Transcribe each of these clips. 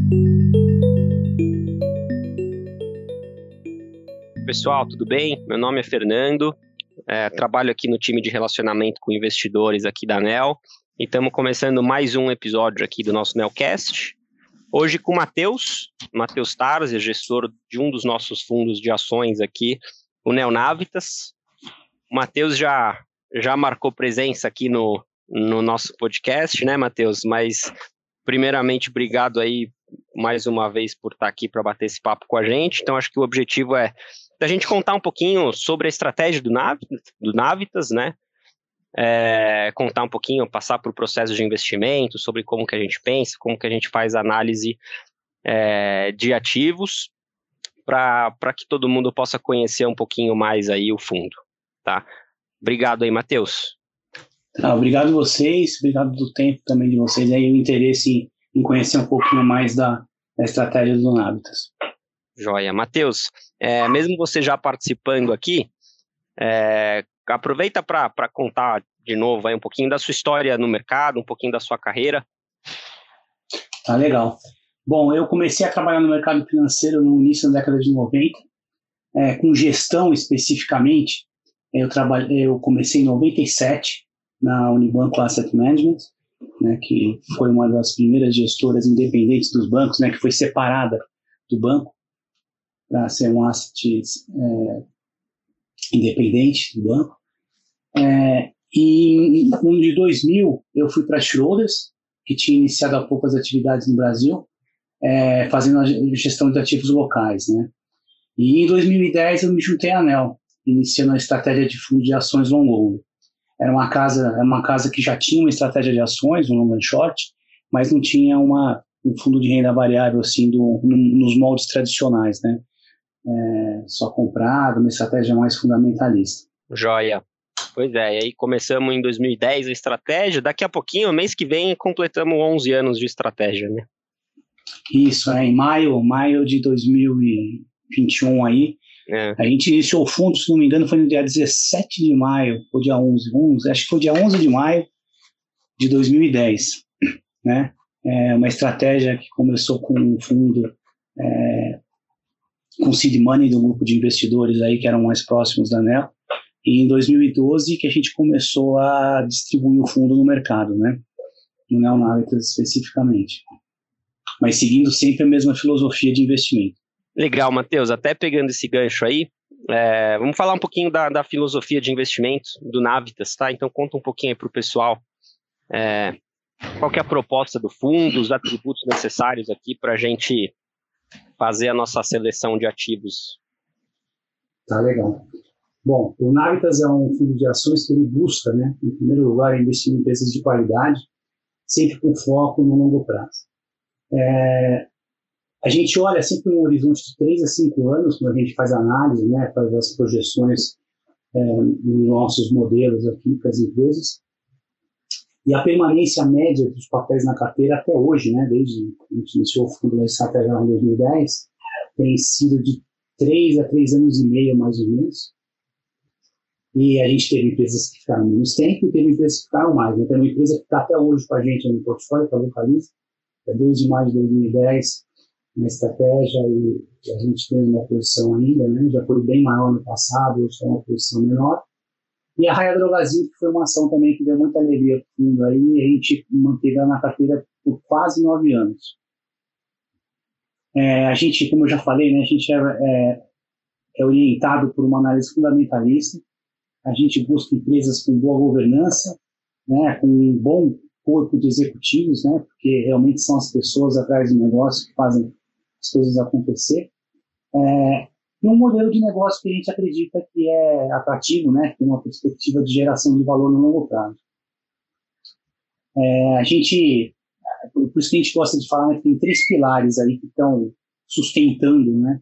Pessoal, tudo bem? Meu nome é Fernando, trabalho aqui no time de relacionamento com investidores aqui da NEL e estamos começando mais um episódio aqui do nosso NELcast. Hoje com o Matheus Tarzi, gestor de um dos nossos fundos de ações aqui, o Neonavitas. O Matheus já marcou presença aqui no nosso podcast, né, Matheus? Mas, primeiramente, obrigado aí mais uma vez por estar aqui para bater esse papo com a gente. Então, acho que o objetivo é da gente contar um pouquinho sobre a estratégia do Navitas, né? Contar um pouquinho, passar por processo de investimento, sobre como que a gente pensa, como que a gente faz análise de ativos, para que todo mundo possa conhecer um pouquinho mais aí o fundo, tá? Obrigado aí, Matheus. Obrigado a vocês, obrigado do tempo também de vocês aí, o interesse em conhecer um pouquinho mais da estratégia do Navitas. Joia. Matheus, mesmo você já participando aqui, aproveita para contar de novo aí um pouquinho da sua história no mercado, um pouquinho da sua carreira. Tá legal. Bom, eu comecei a trabalhar no mercado financeiro no início da década de 90, com gestão especificamente. Eu comecei em 97 na Unibanco Asset Management, né, que foi uma das primeiras gestoras independentes dos bancos, né, que foi separada do banco para ser um asset independente do banco. E em ano de 2000, eu fui para a Schroders, que tinha iniciado há pouco as atividades no Brasil, fazendo a gestão de ativos locais, né? E em 2010 eu me juntei à ANEL, iniciando a estratégia de fundo de ações long only. Era uma casa que já tinha uma estratégia de ações, um long and short, mas não tinha um fundo de renda variável assim nos moldes tradicionais, né? Só comprado, uma estratégia mais fundamentalista. Joia. Pois é, e aí começamos em 2010 a estratégia, daqui a pouquinho, mês que vem, completamos 11 anos de estratégia, né? Isso, em maio de 2021 aí, a gente iniciou o fundo, se não me engano, foi no dia 17 de maio, ou dia 11, acho que foi dia 11 de maio de 2010, né? Uma estratégia que começou com um fundo com seed money do grupo de investidores aí que eram mais próximos da ANEL, e em 2012 que a gente começou a distribuir o fundo no mercado, né? No Neonavitas especificamente, mas seguindo sempre a mesma filosofia de investimento. Legal, Matheus, até pegando esse gancho aí, vamos falar um pouquinho da filosofia de investimento do Navitas, tá? Então conta um pouquinho aí para o pessoal qual que é a proposta do fundo, os atributos necessários aqui para a gente fazer a nossa seleção de ativos. Tá legal. Bom, o Navitas é um fundo de ações que ele busca, né, em primeiro lugar, investir em empresas de qualidade, sempre com foco no longo prazo. A gente olha sempre um horizonte de 3 a 5 anos, quando a gente faz análise, né, faz as projeções nos nossos modelos aqui para as empresas. E a permanência média dos papéis na carteira até hoje, né, desde que a gente iniciou o fundo da estratégia em 2010, tem sido de 3 a 3 anos e meio, mais ou menos. E a gente teve empresas que ficaram menos tempo e teve empresas que ficaram mais. Então, uma empresa que está até hoje com a gente no portfólio, que é a Localiza, desde maio de 2010, na estratégia, e a gente tem uma posição ainda, né? Já foi bem maior no passado, hoje tem uma posição menor. E a Raia Drogasil, que foi uma ação também que deu muita alegria para o fundo aí, e a gente manteve ela na carteira por quase 9 anos. A gente, como eu já falei, né, a gente é orientado por uma análise fundamentalista. A gente busca empresas com boa governança, né, com um bom corpo de executivos, né, porque realmente são as pessoas atrás do negócio que fazem as coisas acontecer. E um modelo de negócio que a gente acredita que é atrativo, né, que tem uma perspectiva de geração de valor no longo prazo. Por isso que a gente gosta de falar, né, que tem 3 pilares aí que estão sustentando, né,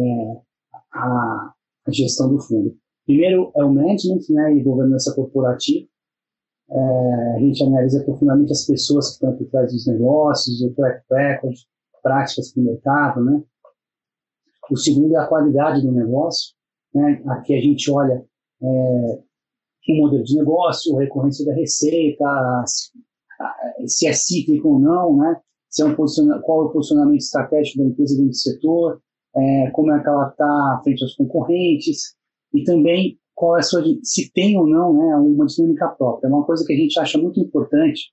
a gestão do fundo. Primeiro é o management, né, e governança corporativa. A gente analisa profundamente as pessoas que estão por trás dos negócios, o track record, práticas para o mercado, né. O segundo é a qualidade do negócio, né. Aqui a gente olha o modelo de negócio, a recorrência da receita, se é cíclico ou não, né, qual é o posicionamento estratégico da empresa dentro do setor, como é que ela está frente aos concorrentes, e também qual é se tem ou não, né, uma dinâmica própria. É uma coisa que a gente acha muito importante.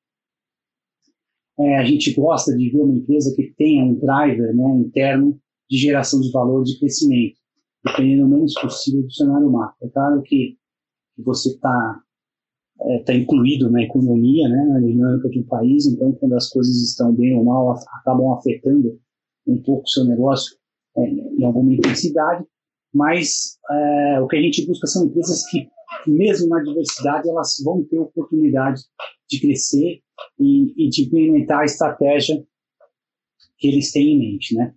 A gente gosta de ver uma empresa que tenha um driver, né, interno de geração de valor, de crescimento, dependendo o menos possível do cenário macro. É claro que você está incluído na economia, né, na dinâmica de um país, então quando as coisas estão bem ou mal, acabam afetando um pouco o seu negócio em alguma intensidade, mas o que a gente busca são empresas que, mesmo na diversidade, elas vão ter oportunidade de crescer e de implementar a estratégia que eles têm em mente, né?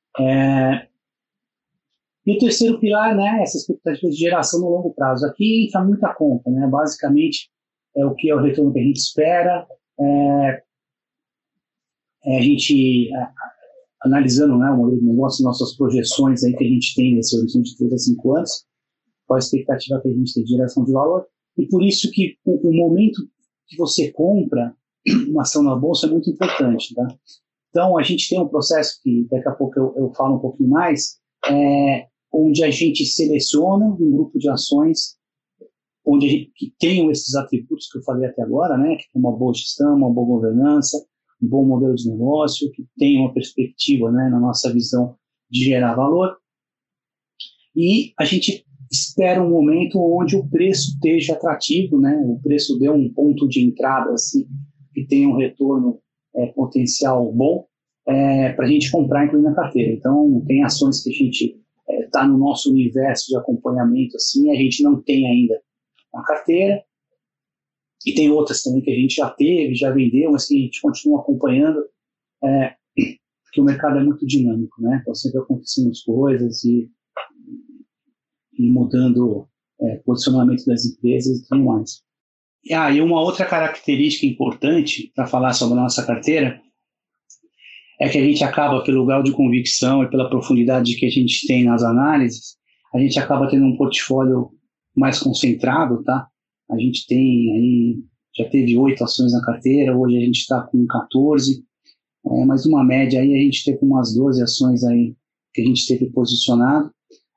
E o terceiro pilar, né, essa expectativa de geração no longo prazo. Aqui entra muita conta, né? Basicamente, o que é o retorno que a gente espera. A gente, analisando, né, o modelo de negócio, nossas projeções aí que a gente tem nesse horizonte de 3 a 5 anos, qual a expectativa que a gente tem de geração de valor. E por isso que o momento que você compra uma ação na bolsa é muito importante, tá? Então, a gente tem um processo que daqui a pouco eu falo um pouquinho mais, onde a gente seleciona um grupo de ações que tenham esses atributos que eu falei até agora, né, que tem uma boa gestão, uma boa governança, um bom modelo de negócio, que tenha uma perspectiva, né, na nossa visão de gerar valor. E a gente espera um momento onde o preço esteja atrativo, né, o preço dê um ponto de entrada assim, que tenha um retorno potencial bom para a gente comprar e incluir na carteira. Então, tem ações que a gente está no nosso universo de acompanhamento, assim, a gente não tem ainda na carteira, e tem outras também que a gente já teve, já vendeu, mas que a gente continua acompanhando, porque o mercado é muito dinâmico, né? Então, sempre acontecendo as coisas e mudando posicionamento das empresas e tudo mais. E uma outra característica importante para falar sobre a nossa carteira é que a gente acaba, pelo grau de convicção e pela profundidade que a gente tem nas análises, a gente acaba tendo um portfólio mais concentrado, tá? A gente tem aí, já teve 8 ações na carteira, hoje a gente está com 14, mas uma média aí a gente teve umas 12 ações aí que a gente teve posicionado,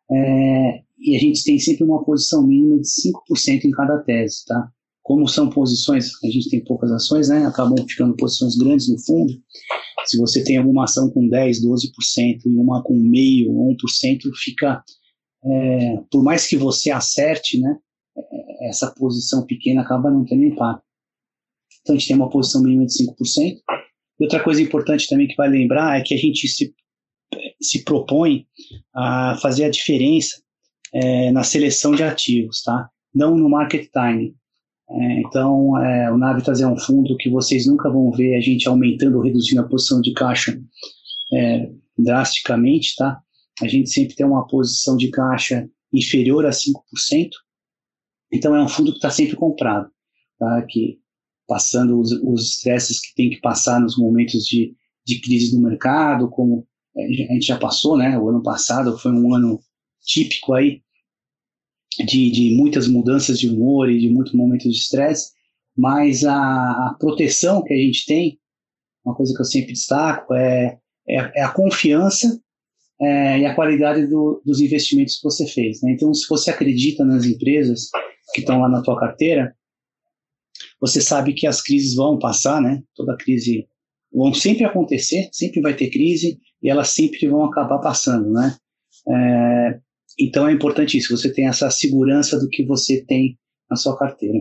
e a gente tem sempre uma posição mínima de 5% em cada tese, tá? Como são posições, a gente tem poucas ações, né? Acabam ficando posições grandes no fundo. Se você tem alguma ação com 10%, 12% e uma com 0,5% ou 1%, fica, por mais que você acerte, né? Essa posição pequena acaba não tendo impacto. Então a gente tem uma posição mínima de 5%. E outra coisa importante também que vai lembrar é que a gente se propõe a fazer a diferença na seleção de ativos, tá? Não no market timing. Então, o Navitas é um fundo que vocês nunca vão ver a gente aumentando ou reduzindo a posição de caixa drasticamente, tá? A gente sempre tem uma posição de caixa inferior a 5%. Então, é um fundo que está sempre comprado, tá? Que passando os estresses que tem que passar nos momentos de crise do mercado, como a gente já passou, né? O ano passado foi um ano típico aí, de muitas mudanças de humor e de muitos momentos de estresse, mas a proteção que a gente tem, uma coisa que eu sempre destaco, é a confiança e a qualidade dos investimentos que você fez, né? Então, se você acredita nas empresas que estão lá na tua carteira, você sabe que as crises vão passar, né? Toda crise vão sempre acontecer, sempre vai ter crise e elas sempre vão acabar passando, né? Então é importante isso, você tem essa segurança do que você tem na sua carteira.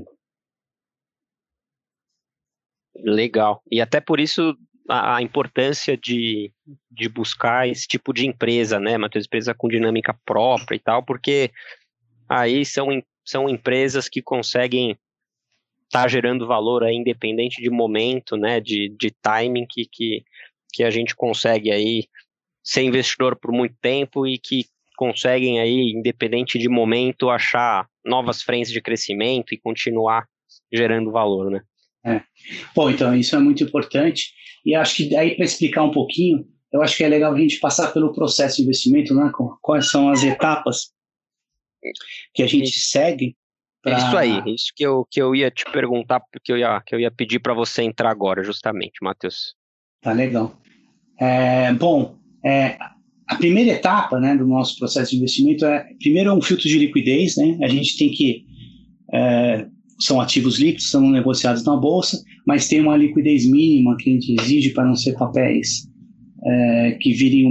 Legal. E até por isso a importância de buscar esse tipo de empresa, né, Matheus? Empresa com dinâmica própria e tal, porque aí são empresas que conseguem estar gerando valor aí, independente de momento, né, de timing, que a gente consegue aí ser investidor por muito tempo e que conseguem aí, independente de momento, achar novas frentes de crescimento e continuar gerando valor, né? Bom, então isso é muito importante e acho que daí para explicar um pouquinho, eu acho que é legal a gente passar pelo processo de investimento, né? Quais são as etapas que a gente segue para... Isso aí, isso que eu ia te perguntar, porque que eu ia pedir para você entrar agora, justamente, Matheus. Tá legal. Bom, a primeira etapa, né, do nosso processo de investimento primeiro é um filtro de liquidez, né? A gente tem que são ativos líquidos, são negociados na bolsa, mas tem uma liquidez mínima que a gente exige para não ser papéis que virem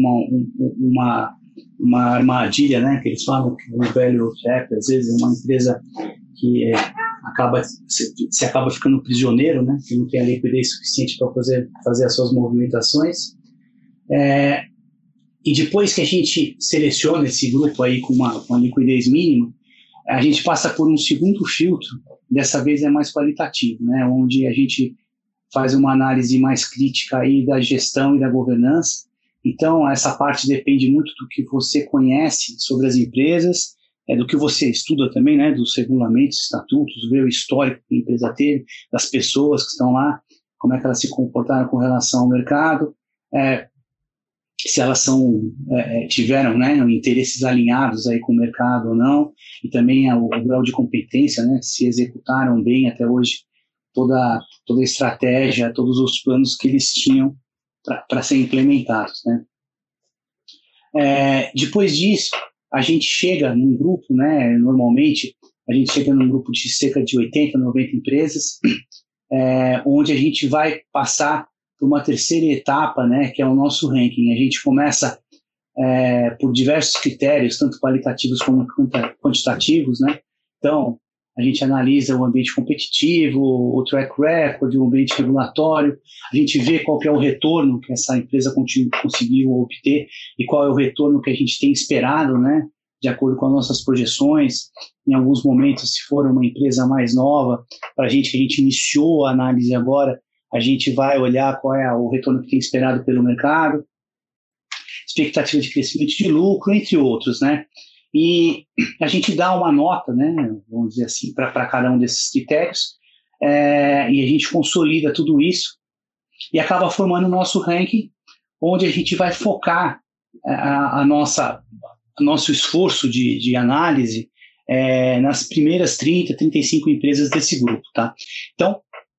uma armadilha, né? Que eles falam que o value trap, às vezes é uma empresa que se acaba ficando prisioneiro, né? Que não tem a liquidez suficiente para fazer as suas movimentações. E depois que a gente seleciona esse grupo aí com uma liquidez mínima, a gente passa por um segundo filtro, dessa vez é mais qualitativo, né? Onde a gente faz uma análise mais crítica aí da gestão e da governança. Então, essa parte depende muito do que você conhece sobre as empresas, do que você estuda também, né? Dos regulamentos, estatutos, ver o histórico que a empresa teve, das pessoas que estão lá, como é que elas se comportaram com relação ao mercado, se elas tiveram, né, interesses alinhados aí com o mercado ou não, e também o grau de competência, né, se executaram bem até hoje toda a estratégia, todos os planos que eles tinham para serem implementados, né. Depois disso, a gente chega num grupo, né, normalmente, a gente chega num grupo de cerca de 80, 90 empresas, onde a gente vai passar por uma terceira etapa, né, que é o nosso ranking. A gente começa por diversos critérios, tanto qualitativos como quantitativos, né? Então, a gente analisa o ambiente competitivo, o track record, o ambiente regulatório, a gente vê qual que é o retorno que essa empresa conseguiu obter e qual é o retorno que a gente tem esperado, né, de acordo com as nossas projeções. Em alguns momentos, se for uma empresa mais nova, para a gente que a gente iniciou a análise agora, a gente vai olhar qual é o retorno que tem esperado pelo mercado, expectativa de crescimento de lucro, entre outros, né? E a gente dá uma nota, né, vamos dizer assim, para cada um desses critérios, e a gente consolida tudo isso e acaba formando o nosso ranking, onde a gente vai focar nosso esforço de análise nas primeiras 30, 35 empresas desse grupo, tá? Então,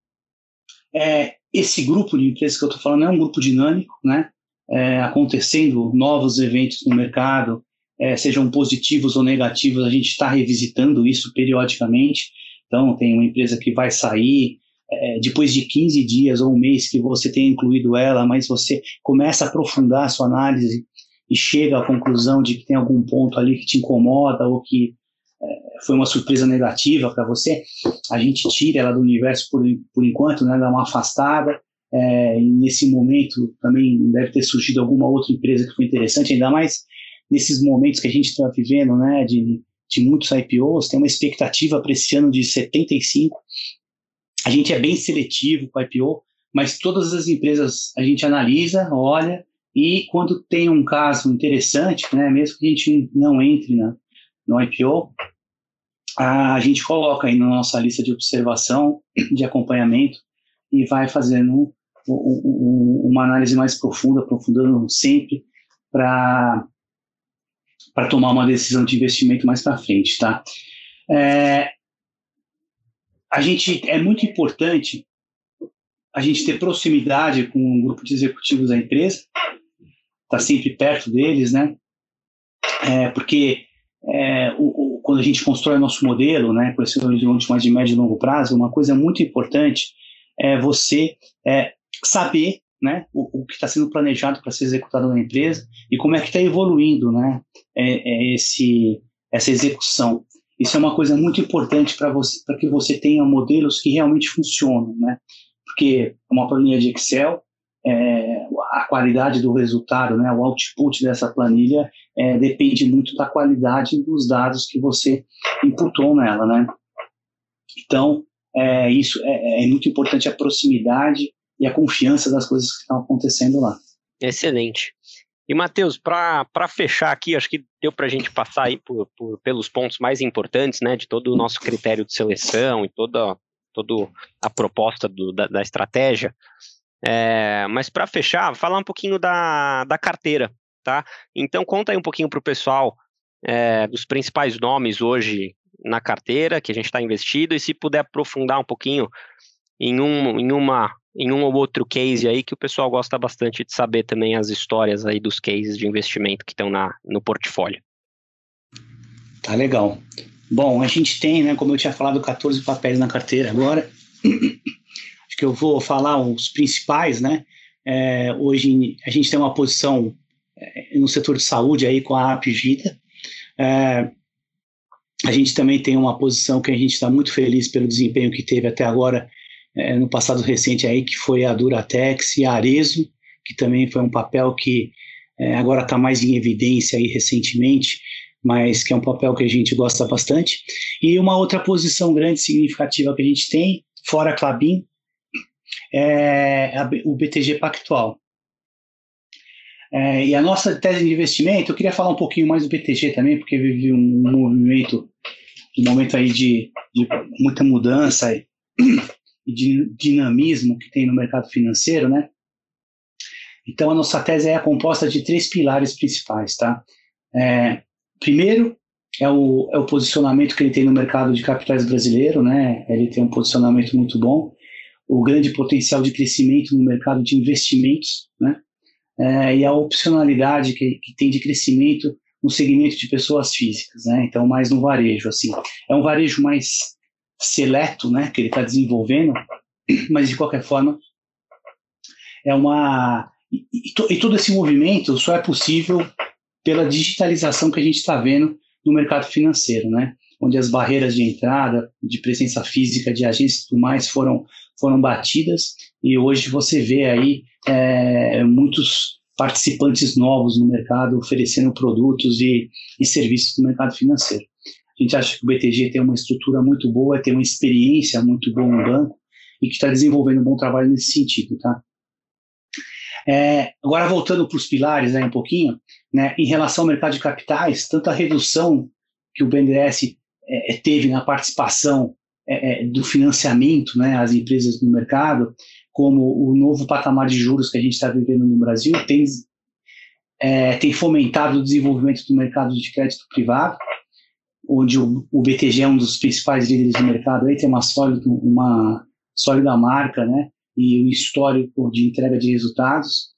esse grupo de empresas que eu estou falando é um grupo dinâmico, né? Acontecendo novos eventos no mercado, sejam positivos ou negativos, a gente está revisitando isso periodicamente. Então, tem uma empresa que vai sair depois de 15 dias ou um mês que você tenha incluído ela, mas você começa a aprofundar a sua análise e chega à conclusão de que tem algum ponto ali que te incomoda ou que foi uma surpresa negativa para você, a gente tira ela do universo por enquanto, né, dá uma afastada, e nesse momento também deve ter surgido alguma outra empresa que foi interessante, ainda mais nesses momentos que a gente está vivendo, né, de muitos IPOs, tem uma expectativa para esse ano de 75, a gente é bem seletivo com IPO, mas todas as empresas a gente analisa, olha, e quando tem um caso interessante, né, mesmo que a gente não entre no IPO, a gente coloca aí na nossa lista de observação, de acompanhamento, e vai fazendo uma análise mais profunda, aprofundando sempre para tomar uma decisão de investimento mais para frente, tá? É muito importante a gente ter proximidade com um grupo de executivos da empresa, tá sempre perto deles, né? Porque quando a gente constrói nosso modelo, né, com esse horizonte mais de médio e longo prazo, uma coisa muito importante é você saber, né, o que está sendo planejado para ser executado na empresa e como é que está evoluindo, né, essa execução. Isso é uma coisa muito importante para que você tenha modelos que realmente funcionam, né, porque uma planilha de Excel, a qualidade do resultado, né, o output dessa planilha depende muito da qualidade dos dados que você imputou nela, né? Então, isso é muito importante, a proximidade e a confiança das coisas que estão acontecendo lá. Excelente. E, Matheus, para fechar aqui, acho que deu para a gente passar aí pelos pontos mais importantes, né, de todo o nosso critério de seleção e toda a proposta da estratégia. Mas para fechar, falar um pouquinho da carteira, tá? Então conta aí um pouquinho para o pessoal dos principais nomes hoje na carteira que a gente está investido, e se puder aprofundar um pouquinho em uma em um ou outro case aí que o pessoal gosta bastante de saber também as histórias aí dos cases de investimento que estão no portfólio. Tá legal. Bom, a gente tem, né, como eu tinha falado, 14 papéis na carteira agora. Acho que eu vou falar os principais, né? Hoje a gente tem uma posição no setor de saúde aí com a Apvida. A gente também tem uma posição que a gente está muito feliz pelo desempenho que teve até agora no passado recente aí, que foi a Duratex e a Arezzo, que também foi um papel que agora está mais em evidência aí recentemente, mas que é um papel que a gente gosta bastante. E uma outra posição grande, significativa que a gente tem, fora a Klabin, é o BTG Pactual. E a nossa tese de investimento, eu queria falar um pouquinho mais do BTG também, porque vive um momento aí de muita mudança e de dinamismo que tem no mercado financeiro, né? Então, a nossa tese é composta de 3 pilares principais, tá? Primeiro, é o posicionamento que ele tem no mercado de capitais brasileiro, né? Ele tem um posicionamento muito bom, o grande potencial de crescimento no mercado de investimentos, né? E a opcionalidade que tem de crescimento no segmento de pessoas físicas, né? Então, mais no varejo, assim. É um varejo mais seleto, né, que ele está desenvolvendo, mas, de qualquer forma, e todo esse movimento só é possível pela digitalização que a gente está vendo no mercado financeiro, né? Onde as barreiras de entrada, de presença física, de agências e tudo mais foram batidas, e hoje você vê aí muitos participantes novos no mercado oferecendo produtos e serviços no mercado financeiro. A gente acha que o BTG tem uma estrutura muito boa, tem uma experiência muito boa no banco e que está desenvolvendo um bom trabalho nesse sentido, tá? Agora, voltando para os pilares aí um pouquinho, né, em relação ao mercado de capitais, tanto a redução que o BNDES teve na participação do financiamento, né, às empresas no mercado, como o novo patamar de juros que a gente está vivendo no Brasil, tem fomentado o desenvolvimento do mercado de crédito privado, onde o BTG é um dos principais líderes do mercado, aí tem uma sólida marca, né, e um histórico de entrega de resultados.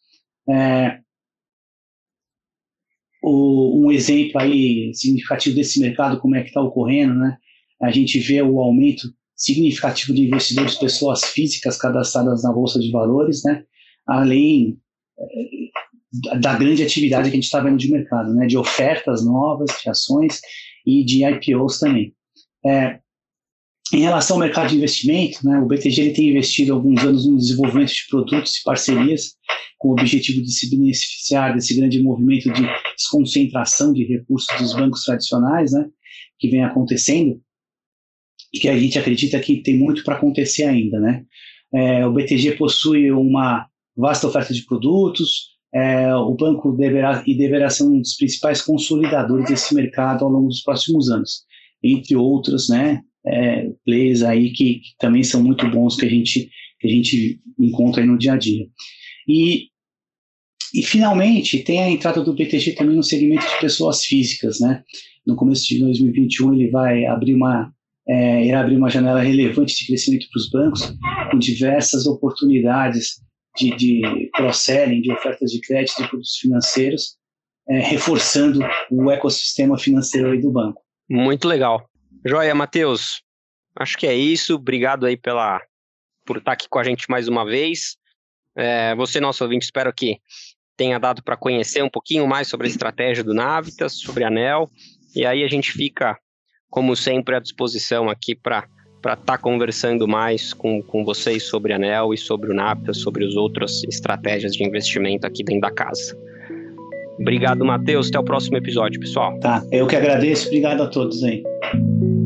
Um exemplo aí significativo desse mercado, como é que está ocorrendo, né? A gente vê o aumento significativo de investidores, pessoas físicas cadastradas na Bolsa de Valores, né? Além da grande atividade que a gente está vendo de mercado, né? De ofertas novas, de ações e de IPOs também. Em relação ao mercado de investimento, né, o BTG ele tem investido há alguns anos no desenvolvimento de produtos e parcerias com o objetivo de se beneficiar desse grande movimento de desconcentração de recursos dos bancos tradicionais, né, que vem acontecendo e que a gente acredita que tem muito para acontecer ainda, né? O BTG possui uma vasta oferta de produtos, o banco deverá ser um dos principais consolidadores desse mercado ao longo dos próximos anos, entre outros, né, players aí que também são muito bons que a gente encontra aí no dia a dia. E finalmente tem a entrada do BTG também no segmento de pessoas físicas, né? No começo de 2021 ele vai irá abrir uma janela relevante de crescimento para os bancos, com diversas oportunidades de cross-selling, de ofertas de crédito e produtos financeiros, reforçando o ecossistema financeiro aí do banco. Muito legal. Joia, Matheus, acho que é isso. Obrigado aí por estar aqui com a gente mais uma vez. Você, nosso ouvinte, espero que tenha dado para conhecer um pouquinho mais sobre a estratégia do Navitas, sobre a ANEEL, e aí a gente fica, como sempre, à disposição aqui para estar conversando mais com vocês sobre a ANEEL e sobre o Navitas, sobre as outras estratégias de investimento aqui dentro da casa. Obrigado, Matheus. Até o próximo episódio, pessoal. Tá, eu que agradeço. Obrigado a todos aí.